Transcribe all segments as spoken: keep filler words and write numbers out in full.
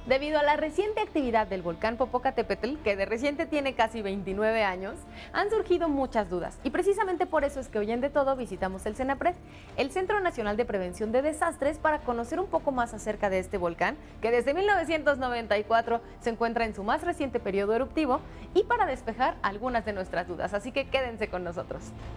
Debido a la reciente actividad del volcán Popocatépetl, que de reciente tiene casi veintinueve años, han surgido muchas dudas y precisamente por eso es que hoy en De Todo visitamos el CENAPRED, el Centro Nacional de Prevención de Desastres, para conocer un poco más acerca de este volcán, que desde mil novecientos noventa y cuatro se encuentra en su más reciente periodo eruptivo, y para despejar algunas de nuestras dudas, así que quédense con nosotros.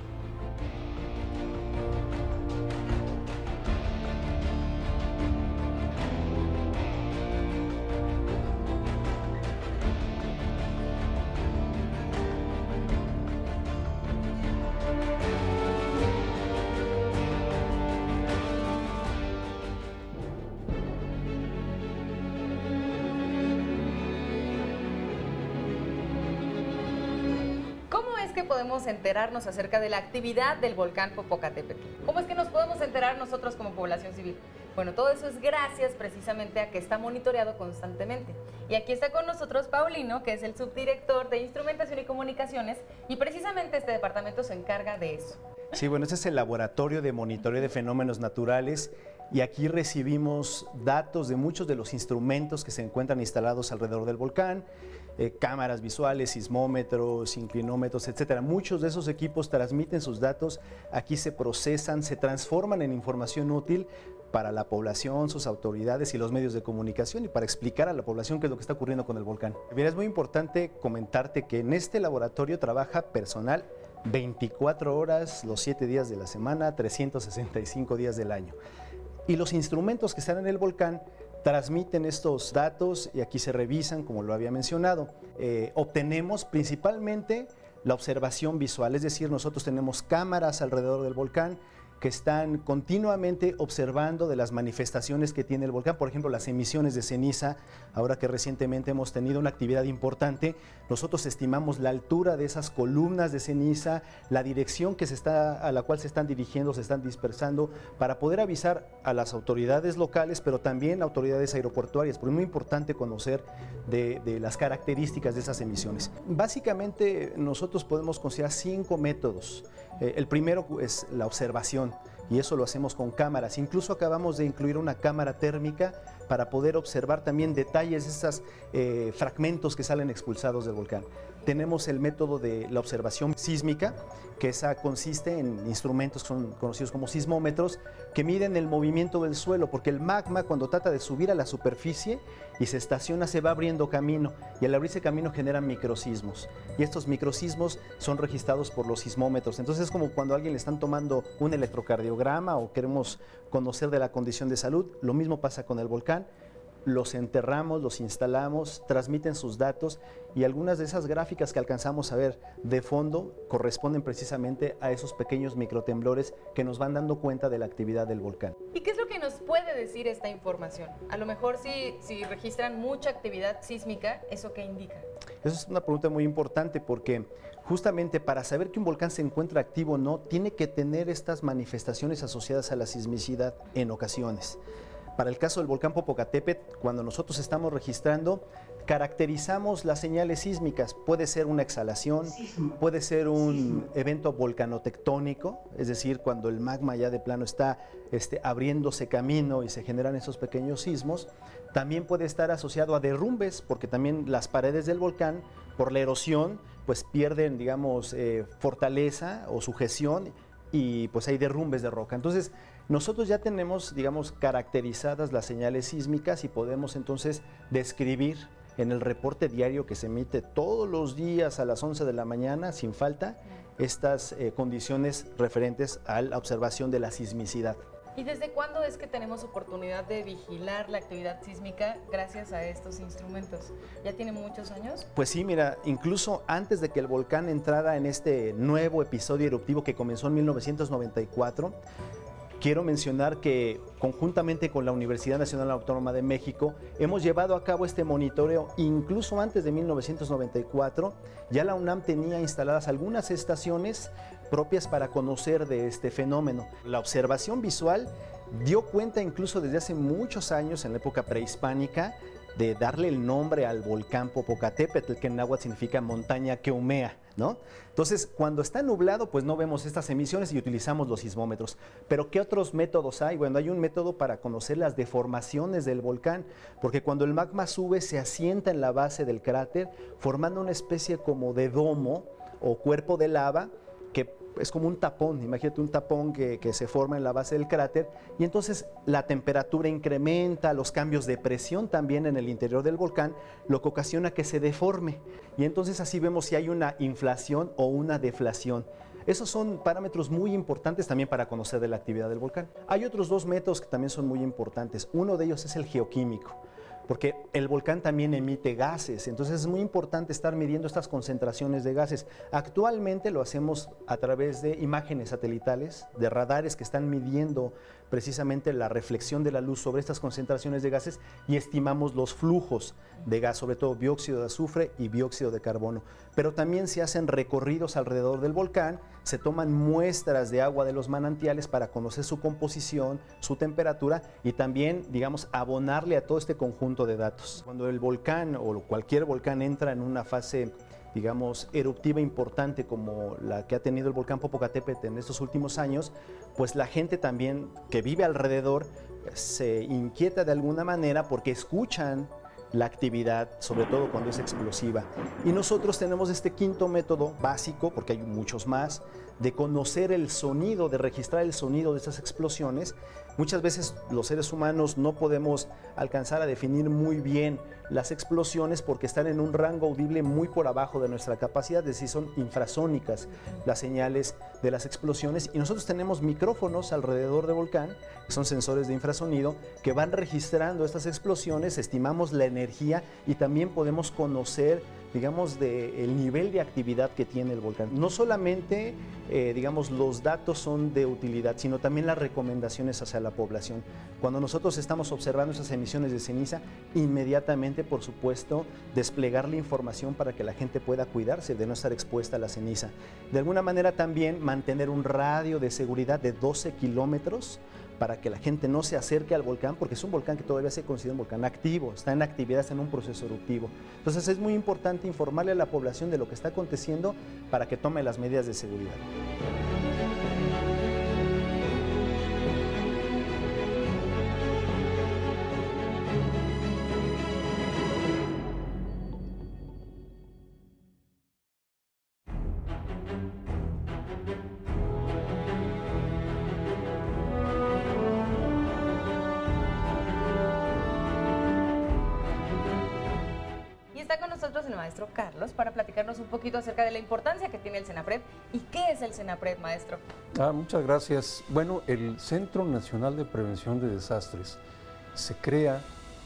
¿Qué podemos enterarnos acerca de la actividad del volcán Popocatépetl? ¿Cómo es que nos podemos enterar nosotros como población civil? Bueno, todo eso es gracias precisamente a que está monitoreado constantemente. Y aquí está con nosotros Paulino, que es el subdirector de Instrumentación y Comunicaciones, y precisamente este departamento se encarga de eso. Sí, bueno, este es el Laboratorio de Monitoreo de Fenómenos Naturales, y aquí recibimos datos de muchos de los instrumentos que se encuentran instalados alrededor del volcán, eh, cámaras visuales, sismómetros, inclinómetros, etcétera. Muchos de esos equipos transmiten sus datos, aquí se procesan, se transforman en información útil para la población, sus autoridades y los medios de comunicación, y para explicar a la población qué es lo que está ocurriendo con el volcán. Mira, es muy importante comentarte que en este laboratorio trabaja personal veinticuatro horas, los siete días de la semana, trescientos sesenta y cinco días del año. Y los instrumentos que están en el volcán transmiten estos datos y aquí se revisan, como lo había mencionado. Eh, obtenemos principalmente la observación visual, es decir, nosotros tenemos cámaras alrededor del volcán que están continuamente observando de las manifestaciones que tiene el volcán, por ejemplo, las emisiones de ceniza. Ahora que recientemente hemos tenido una actividad importante, nosotros estimamos la altura de esas columnas de ceniza, la dirección que se está, a la cual se están dirigiendo, se están dispersando, para poder avisar a las autoridades locales, pero también autoridades aeroportuarias, porque es muy importante conocer de, de las características de esas emisiones. Básicamente, nosotros podemos considerar cinco métodos. Eh, el primero es la observación, y eso lo hacemos con cámaras. Incluso acabamos de incluir una cámara térmica para poder observar también detalles de esos eh, fragmentos que salen expulsados del volcán. Tenemos el método de la observación sísmica, que esa consiste en instrumentos que son conocidos como sismómetros, que miden el movimiento del suelo, porque el magma, cuando trata de subir a la superficie y se estaciona, se va abriendo camino, y al abrirse camino generan microsismos, y estos microsismos son registrados por los sismómetros. Entonces es como cuando a alguien le están tomando un electrocardiograma o queremos conocer de la condición de salud. Lo mismo pasa con el volcán. Los enterramos, los instalamos, transmiten sus datos, y algunas de esas gráficas que alcanzamos a ver de fondo corresponden precisamente a esos pequeños microtemblores que nos van dando cuenta de la actividad del volcán. ¿Y qué es lo que nos puede decir esta información? A lo mejor si, si registran mucha actividad sísmica, ¿eso qué indica? Esa es una pregunta muy importante, porque justamente para saber que un volcán se encuentra activo o no, tiene que tener estas manifestaciones asociadas a la sismicidad en ocasiones. Para el caso del volcán Popocatépetl, cuando nosotros estamos registrando, caracterizamos las señales sísmicas. Puede ser una exhalación, puede ser un evento volcanotectónico, es decir, cuando el magma ya de plano está este, abriéndose camino y se generan esos pequeños sismos. También puede estar asociado a derrumbes, porque también las paredes del volcán, por la erosión, pues pierden, digamos, eh, fortaleza o sujeción, y pues hay derrumbes de roca. Entonces, nosotros ya tenemos, digamos, caracterizadas las señales sísmicas, y podemos entonces describir en el reporte diario que se emite todos los días a las once de la mañana, sin falta, estas eh, condiciones referentes a la observación de la sismicidad. ¿Y desde cuándo es que tenemos oportunidad de vigilar la actividad sísmica gracias a estos instrumentos? ¿Ya tiene muchos años? Pues sí, mira, incluso antes de que el volcán entrara en este nuevo episodio eruptivo que comenzó en mil novecientos noventa y cuatro, quiero mencionar que conjuntamente con la Universidad Nacional Autónoma de México hemos llevado a cabo este monitoreo. Incluso antes de mil novecientos noventa y cuatro ya la UNAM tenía instaladas algunas estaciones propias para conocer de este fenómeno. La observación visual dio cuenta incluso desde hace muchos años, en la época prehispánica, de darle el nombre al volcán Popocatépetl, que en náhuatl significa montaña que humea, ¿no? Entonces, cuando está nublado, pues no vemos estas emisiones y utilizamos los sismómetros. Pero ¿qué otros métodos hay? Bueno, hay un método para conocer las deformaciones del volcán, porque cuando el magma sube, se asienta en la base del cráter, formando una especie como de domo o cuerpo de lava, que es como un tapón, imagínate un tapón que, que se forma en la base del cráter, y entonces la temperatura incrementa, los cambios de presión también en el interior del volcán, lo que ocasiona que se deforme, y entonces así vemos si hay una inflación o una deflación. Esos son parámetros muy importantes también para conocer de la actividad del volcán. Hay otros dos métodos que también son muy importantes. Uno de ellos es el geoquímico, porque el volcán también emite gases, entonces es muy importante estar midiendo estas concentraciones de gases. Actualmente lo hacemos a través de imágenes satelitales, de radares que están midiendo precisamente la reflexión de la luz sobre estas concentraciones de gases y estimamos los flujos de gas, sobre todo dióxido de azufre y dióxido de carbono. Pero también se hacen recorridos alrededor del volcán, se toman muestras de agua de los manantiales para conocer su composición, su temperatura y también, digamos, abonarle a todo este conjunto de datos. Cuando el volcán o cualquier volcán entra en una fase, digamos, eruptiva importante como la que ha tenido el volcán Popocatépetl en estos últimos años, pues la gente también que vive alrededor se inquieta de alguna manera porque escuchan la actividad, sobre todo cuando es explosiva. Y nosotros tenemos este quinto método básico, porque hay muchos más, de conocer el sonido, de registrar el sonido de estas explosiones. Muchas veces los seres humanos no podemos alcanzar a definir muy bien las explosiones porque están en un rango audible muy por abajo de nuestra capacidad, es decir, son infrasónicas las señales de las explosiones, y nosotros tenemos micrófonos alrededor del volcán, que son sensores de infrasonido, que van registrando estas explosiones, estimamos la energía y también podemos conocer, digamos, de el nivel de actividad que tiene el volcán. No solamente, eh, digamos, los datos son de utilidad, sino también las recomendaciones hacia la población. Cuando nosotros estamos observando esas emisiones de ceniza, inmediatamente, por supuesto, desplegar la información para que la gente pueda cuidarse de no estar expuesta a la ceniza. De alguna manera también mantener un radio de seguridad de doce kilómetros para que la gente no se acerque al volcán, porque es un volcán que todavía se considera un volcán activo, está en actividad, está en un proceso eruptivo. Entonces es muy importante informarle a la población de lo que está aconteciendo para que tome las medidas de seguridad. Está con nosotros el maestro Carlos para platicarnos un poquito acerca de la importancia que tiene el CENAPRED y qué es el CENAPRED, maestro. Ah, muchas gracias. Bueno, el Centro Nacional de Prevención de Desastres se crea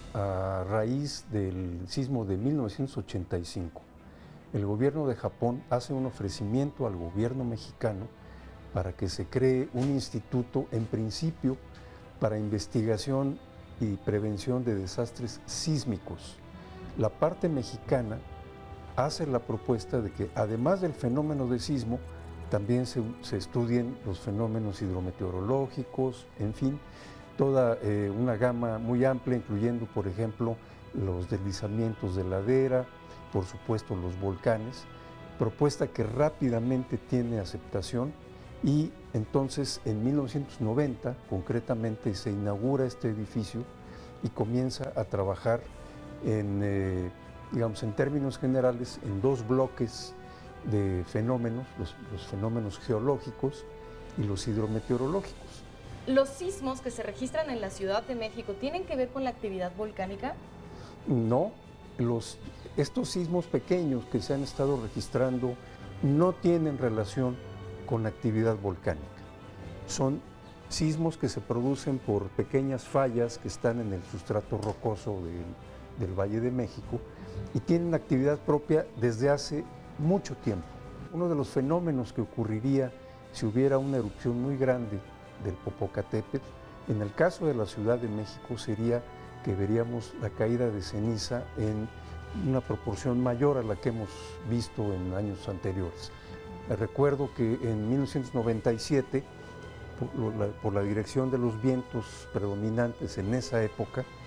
a raíz del sismo de mil novecientos ochenta y cinco. El gobierno de Japón hace un ofrecimiento al gobierno mexicano para que se cree un instituto, en principio, para investigación y prevención de desastres sísmicos. La parte mexicana hace la propuesta de que, además del fenómeno de sismo, también se, se estudien los fenómenos hidrometeorológicos, en fin, toda eh, una gama muy amplia, incluyendo, por ejemplo, los deslizamientos de ladera, por supuesto los volcanes, propuesta que rápidamente tiene aceptación, y entonces en mil novecientos noventa, concretamente, se inaugura este edificio y comienza a trabajar en, eh, digamos, en términos generales, en dos bloques de fenómenos, los, los fenómenos geológicos y los hidrometeorológicos. ¿Los sismos que se registran en la Ciudad de México tienen que ver con la actividad volcánica? No, los, estos sismos pequeños que se han estado registrando no tienen relación con actividad volcánica. Son sismos que se producen por pequeñas fallas que están en el sustrato rocoso del del Valle de México y tienen actividad propia desde hace mucho tiempo. Uno de los fenómenos que ocurriría si hubiera una erupción muy grande del Popocatépetl, en el caso de la Ciudad de México, sería que veríamos la caída de ceniza en una proporción mayor a la que hemos visto en años anteriores. Recuerdo que en mil novecientos noventa y siete, por la, por la dirección de los vientos predominantes en esa época,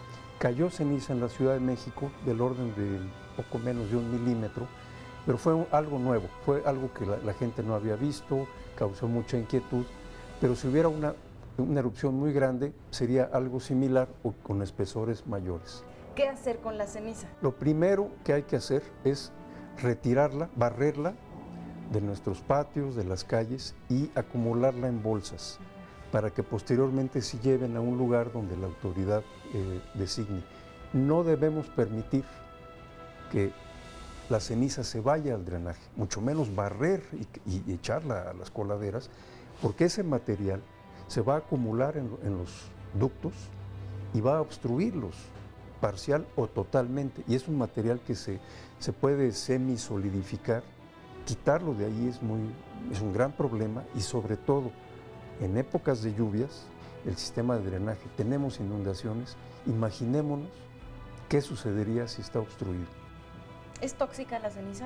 cayó ceniza en la Ciudad de México del orden de poco menos de un milímetro, pero fue un, algo nuevo, fue algo que la, la gente no había visto, causó mucha inquietud, pero si hubiera una, una erupción muy grande sería algo similar o con espesores mayores. ¿Qué hacer con la ceniza? Lo primero que hay que hacer es retirarla, barrerla de nuestros patios, de las calles y acumularla en bolsas para que posteriormente se lleven a un lugar donde la autoridad eh, designe. No debemos permitir que la ceniza se vaya al drenaje, mucho menos barrer y, y echarla a las coladeras, porque ese material se va a acumular en, en los ductos y va a obstruirlos parcial o totalmente, y es un material que se, se puede semisolidificar. Quitarlo de ahí es, muy, es un gran problema, y sobre todo en épocas de lluvias, el sistema de drenaje, tenemos inundaciones, imaginémonos qué sucedería si está obstruido. ¿Es tóxica la ceniza?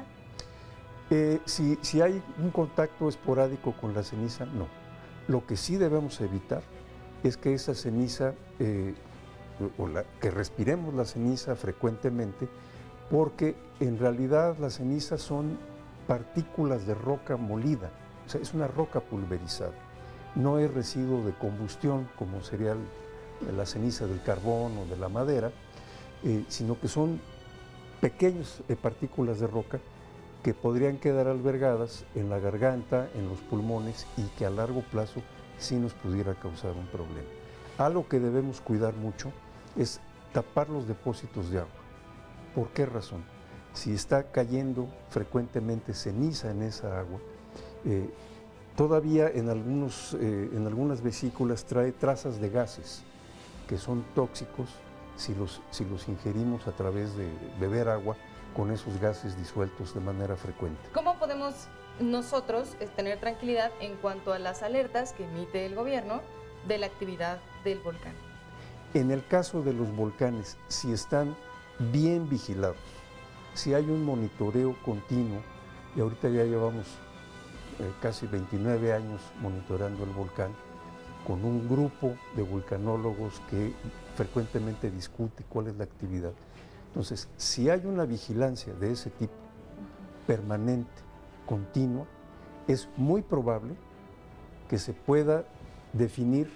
Eh, si, si hay un contacto esporádico con la ceniza, no. Lo que sí debemos evitar es que esa ceniza, eh, o la, que respiremos la ceniza frecuentemente, porque en realidad las cenizas son partículas de roca molida, o sea, es una roca pulverizada. No es residuo de combustión, como sería el, la ceniza del carbón o de la madera, eh, sino que son pequeñas eh, partículas de roca que podrían quedar albergadas en la garganta, en los pulmones, y que a largo plazo sí nos pudiera causar un problema. Algo que debemos cuidar mucho es tapar los depósitos de agua. ¿Por qué razón? Si está cayendo frecuentemente ceniza en esa agua, eh, todavía en, algunos, eh, en algunas vesículas trae trazas de gases que son tóxicos si los, si los ingerimos a través de beber agua con esos gases disueltos de manera frecuente. ¿Cómo podemos nosotros tener tranquilidad en cuanto a las alertas que emite el gobierno de la actividad del volcán? En el caso de los volcanes, si están bien vigilados, si hay un monitoreo continuo, y ahorita ya llevamos eh, casi veintinueve años monitoreando el volcán, con un grupo de vulcanólogos que frecuentemente discute cuál es la actividad. Entonces, si hay una vigilancia de ese tipo, permanente, continua, es muy probable que se pueda definir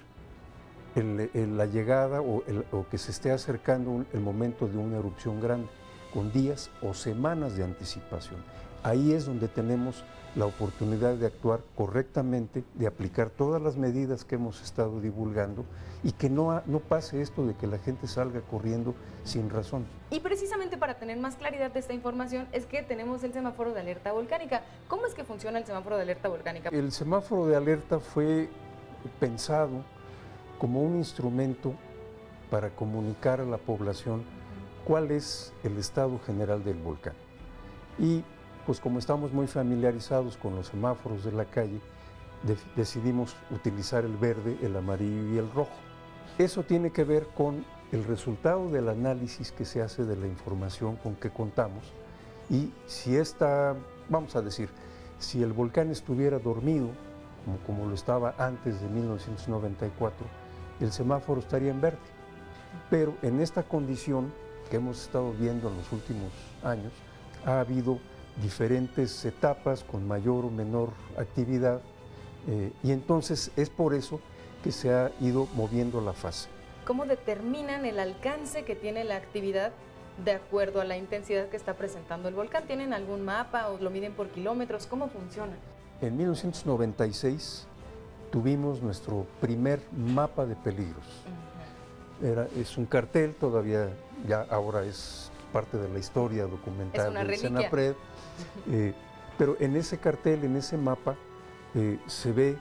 el, el, la llegada o, el, o que se esté acercando un, el momento de una erupción grande, con días o semanas de anticipación. Ahí es donde tenemos la oportunidad de actuar correctamente, de aplicar todas las medidas que hemos estado divulgando y que no, ha, no pase esto de que la gente salga corriendo sin razón. Y precisamente para tener más claridad de esta información es que tenemos el semáforo de alerta volcánica. ¿Cómo es que funciona el semáforo de alerta volcánica? El semáforo de alerta fue pensado como un instrumento para comunicar a la población cuál es el estado general del volcán. Y pues como estamos muy familiarizados con los semáforos de la calle, de, decidimos utilizar el verde, el amarillo y el rojo. Eso tiene que ver con el resultado del análisis que se hace de la información con que contamos, y si esta, vamos a decir, si el volcán estuviera dormido, como, como lo estaba antes de mil novecientos noventa y cuatro, el semáforo estaría en verde. Pero en esta condición que hemos estado viendo en los últimos años, ha habido diferentes etapas con mayor o menor actividad, eh, y entonces es por eso que se ha ido moviendo la fase. ¿Cómo determinan el alcance que tiene la actividad de acuerdo a la intensidad que está presentando el volcán? ¿Tienen algún mapa o lo miden por kilómetros? ¿Cómo funciona? En mil novecientos noventa y seis tuvimos nuestro primer mapa de peligros. Uh-huh. Era, es un cartel, todavía ya ahora es parte de la historia documental del Senapred, eh, pero en ese cartel, en ese mapa, eh, se ve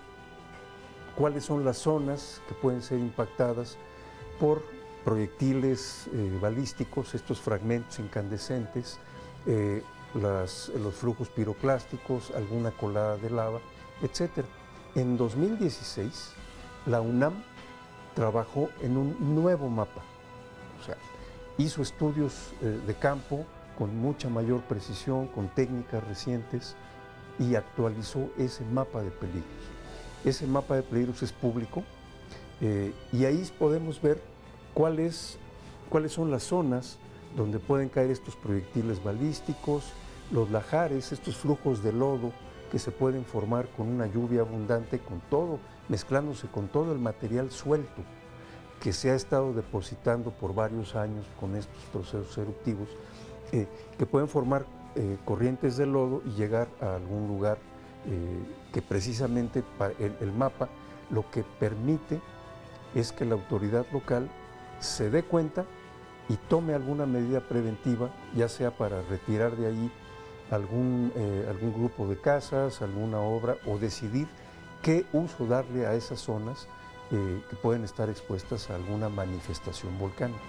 cuáles son las zonas que pueden ser impactadas por proyectiles eh, balísticos, estos fragmentos incandescentes, eh, las, los flujos piroclásticos, alguna colada de lava, etcétera. En dos mil dieciséis, la UNAM trabajó en un nuevo mapa, o sea, hizo estudios eh, de campo con mucha mayor precisión, con técnicas recientes, y actualizó ese mapa de peligros. Ese mapa de peligros es público, eh, y ahí podemos ver cuál es cuáles son las zonas donde pueden caer estos proyectiles balísticos, los lajares, estos flujos de lodo que se pueden formar con una lluvia abundante, con todo, mezclándose con todo el material suelto que se ha estado depositando por varios años con estos procesos eruptivos, eh, que pueden formar eh, corrientes de lodo y llegar a algún lugar eh, que precisamente para el, el mapa lo que permite es que la autoridad local se dé cuenta y tome alguna medida preventiva, ya sea para retirar de ahí algún, eh, algún grupo de casas, alguna obra, o decidir qué uso darle a esas zonas eh, que pueden estar expuestas a alguna manifestación volcánica.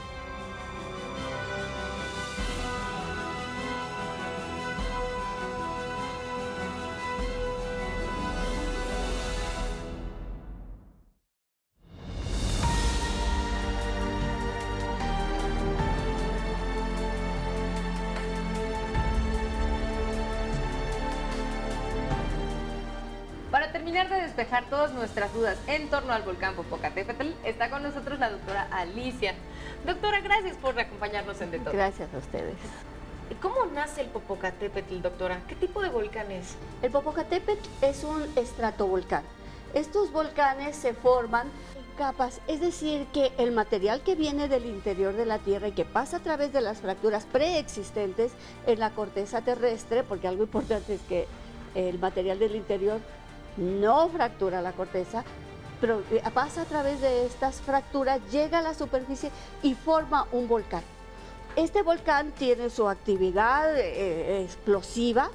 Para terminar de despejar todas nuestras dudas en torno al volcán Popocatépetl, está con nosotros la doctora Alicia. Doctora, gracias por acompañarnos en De Todo. Gracias a ustedes. ¿Cómo nace el Popocatépetl, doctora? ¿Qué tipo de volcán es? El Popocatépetl es un estratovolcán. Estos volcanes se forman en capas, es decir, que el material que viene del interior de la Tierra y que pasa a través de las fracturas preexistentes en la corteza terrestre, porque algo importante es que el material del interior no fractura la corteza, pero pasa a través de estas fracturas, llega a la superficie y forma un volcán. Este volcán tiene su actividad eh, explosiva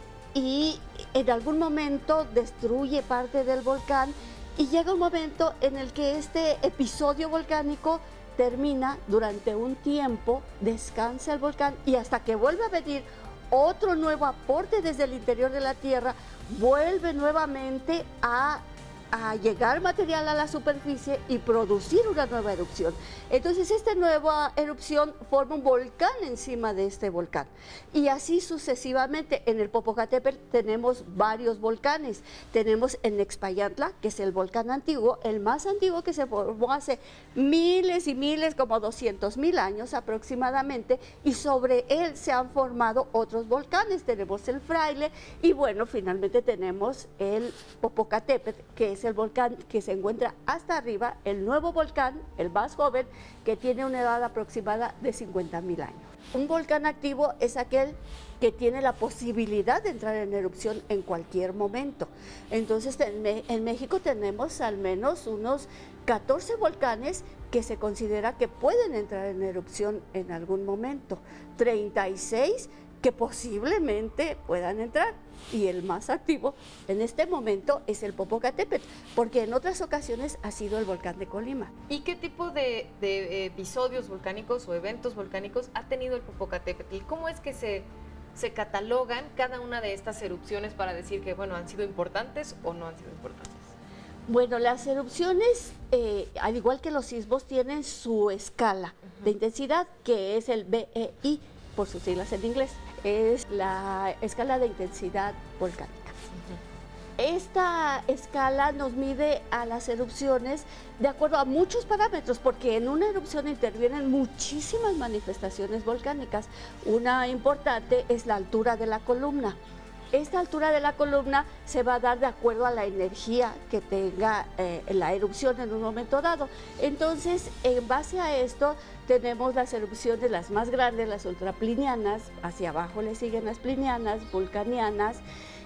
y en algún momento destruye parte del volcán y llega un momento en el que este episodio volcánico termina durante un tiempo, descansa el volcán y hasta que vuelve a venir otro nuevo aporte desde el interior de la Tierra, vuelve nuevamente a, a llegar material a la superficie y producir una nueva erupción. Entonces esta nueva erupción forma un volcán encima de este volcán. Y así sucesivamente. En el Popocatépetl tenemos varios volcanes. Tenemos en Nexpayantla, que es el volcán antiguo, el más antiguo, que se formó hace miles y miles, como doscientos mil años aproximadamente, y sobre él se han formado otros volcanes. Tenemos el Fraile y bueno, finalmente tenemos el Popocatépetl, que es el volcán que se encuentra hasta arriba, el nuevo volcán, el más joven, que tiene una edad aproximada de cincuenta mil años. Un volcán activo es aquel que tiene la posibilidad de entrar en erupción en cualquier momento. Entonces, en, en México tenemos al menos unos catorce volcanes que se considera que pueden entrar en erupción en algún momento, treinta y seis que posiblemente puedan entrar, y el más activo en este momento es el Popocatépetl, porque en otras ocasiones ha sido el volcán de Colima. ¿Y qué tipo de, de episodios volcánicos o eventos volcánicos ha tenido el Popocatépetl? ¿Cómo es que se, se catalogan cada una de estas erupciones para decir que, bueno, han sido importantes o no han sido importantes? Bueno, las erupciones, eh, al igual que los sismos, tienen su escala uh-huh. de intensidad, que es el B E I, por sus siglas en inglés. Es la escala de intensidad volcánica. Uh-huh. Esta escala nos mide a las erupciones de acuerdo a muchos parámetros, porque en una erupción intervienen muchísimas manifestaciones volcánicas. Una importante es la altura de la columna. Esta altura de la columna se va a dar de acuerdo a la energía que tenga eh, la erupción en un momento dado. Entonces, en base a esto, tenemos las erupciones, las más grandes, las ultraplinianas, hacia abajo le siguen las plinianas, vulcanianas,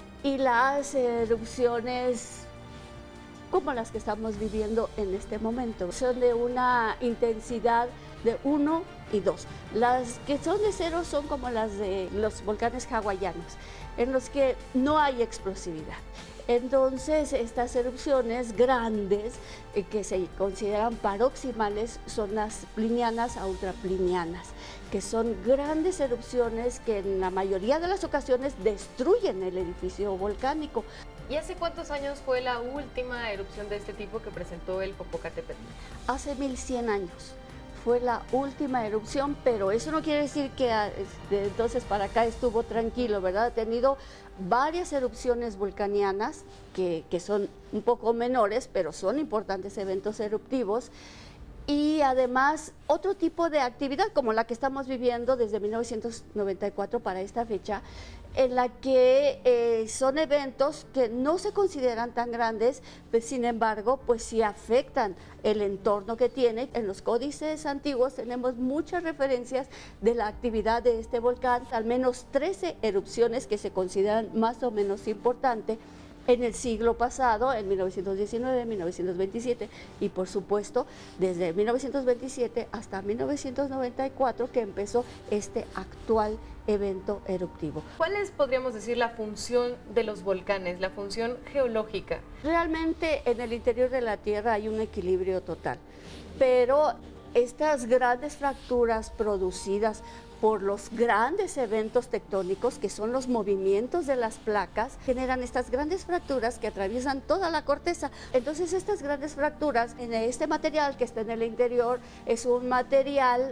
y las erupciones como las que estamos viviendo en este momento. Son de una intensidad de uno y dos. Las que son de cero son como las de los volcanes hawaianos, en los que no hay explosividad. Entonces, estas erupciones grandes, eh, que se consideran paroximales, son las plinianas a ultraplinianas, que son grandes erupciones que en la mayoría de las ocasiones destruyen el edificio volcánico. ¿Y hace cuántos años fue la última erupción de este tipo que presentó el Popocatépetl? Hace mil cien años. Fue la última erupción, pero eso no quiere decir que de entonces para acá estuvo tranquilo, ¿verdad? Ha tenido varias erupciones vulcanianas que, que son un poco menores, pero son importantes eventos eruptivos. y además otro tipo de actividad como la que estamos viviendo desde mil novecientos noventa y cuatro para esta fecha, en la que eh, son eventos que no se consideran tan grandes, pues, sin embargo, pues sí afectan el entorno que tiene. En los códices antiguos tenemos muchas referencias de la actividad de este volcán, al menos trece erupciones que se consideran más o menos importantes en el siglo pasado, en mil novecientos diecinueve, mil novecientos veintisiete y por supuesto desde mil novecientos veintisiete hasta mil novecientos noventa y cuatro que empezó este actual evento eruptivo. ¿Cuál es, podríamos decir, la función de los volcanes, la función geológica? Realmente en el interior de la Tierra hay un equilibrio total, pero estas grandes fracturas producidas por los grandes eventos tectónicos, que son los movimientos de las placas, generan estas grandes fracturas que atraviesan toda la corteza. Entonces estas grandes fracturas en este material que está en el interior es un material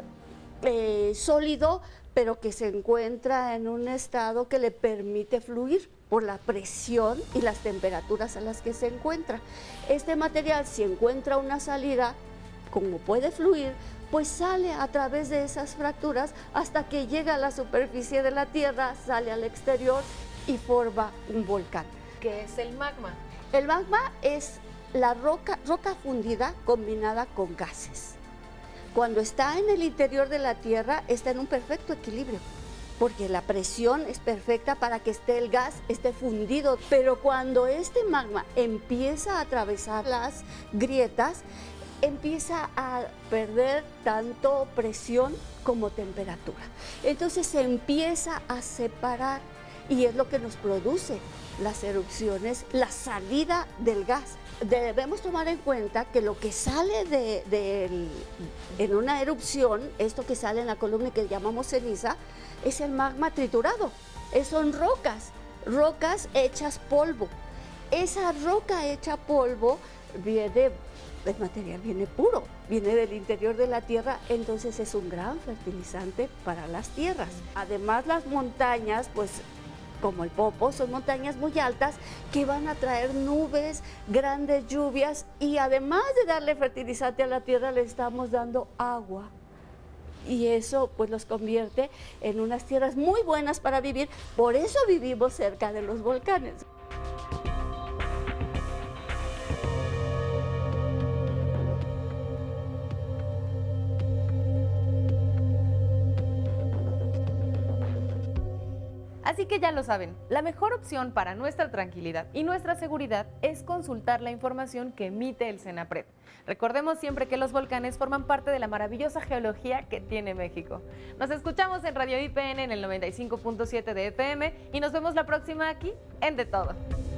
eh, sólido, pero que se encuentra en un estado que le permite fluir por la presión y las temperaturas a las que se encuentra. Este material, si encuentra una salida, como puede fluir, pues sale a través de esas fracturas hasta que llega a la superficie de la Tierra, sale al exterior y forma un volcán. ¿Qué es el magma? El magma es la roca, roca fundida combinada con gases. Cuando está en el interior de la Tierra, está en un perfecto equilibrio, porque la presión es perfecta para que esté el gas, esté fundido. Pero cuando este magma empieza a atravesar las grietas, empieza a perder tanto presión como temperatura. Entonces se empieza a separar y es lo que nos produce las erupciones, la salida del gas. Debemos tomar en cuenta que lo que sale de, de el, en una erupción, esto que sale en la columna que llamamos ceniza, es el magma triturado. Es, son rocas, rocas hechas polvo. Esa roca hecha polvo viene, el material viene puro, viene del interior de la Tierra, entonces es un gran fertilizante para las tierras. Además las montañas, pues como el Popo, son montañas muy altas que van a traer nubes, grandes lluvias y además de darle fertilizante a la tierra le estamos dando agua. Y eso pues los convierte en unas tierras muy buenas para vivir, por eso vivimos cerca de los volcanes. Así que ya lo saben, la mejor opción para nuestra tranquilidad y nuestra seguridad es consultar la información que emite el CENAPRED. Recordemos siempre que los volcanes forman parte de la maravillosa geología que tiene México. Nos escuchamos en Radio I P N en el noventa y cinco punto siete de F M y nos vemos la próxima aquí en De Todo.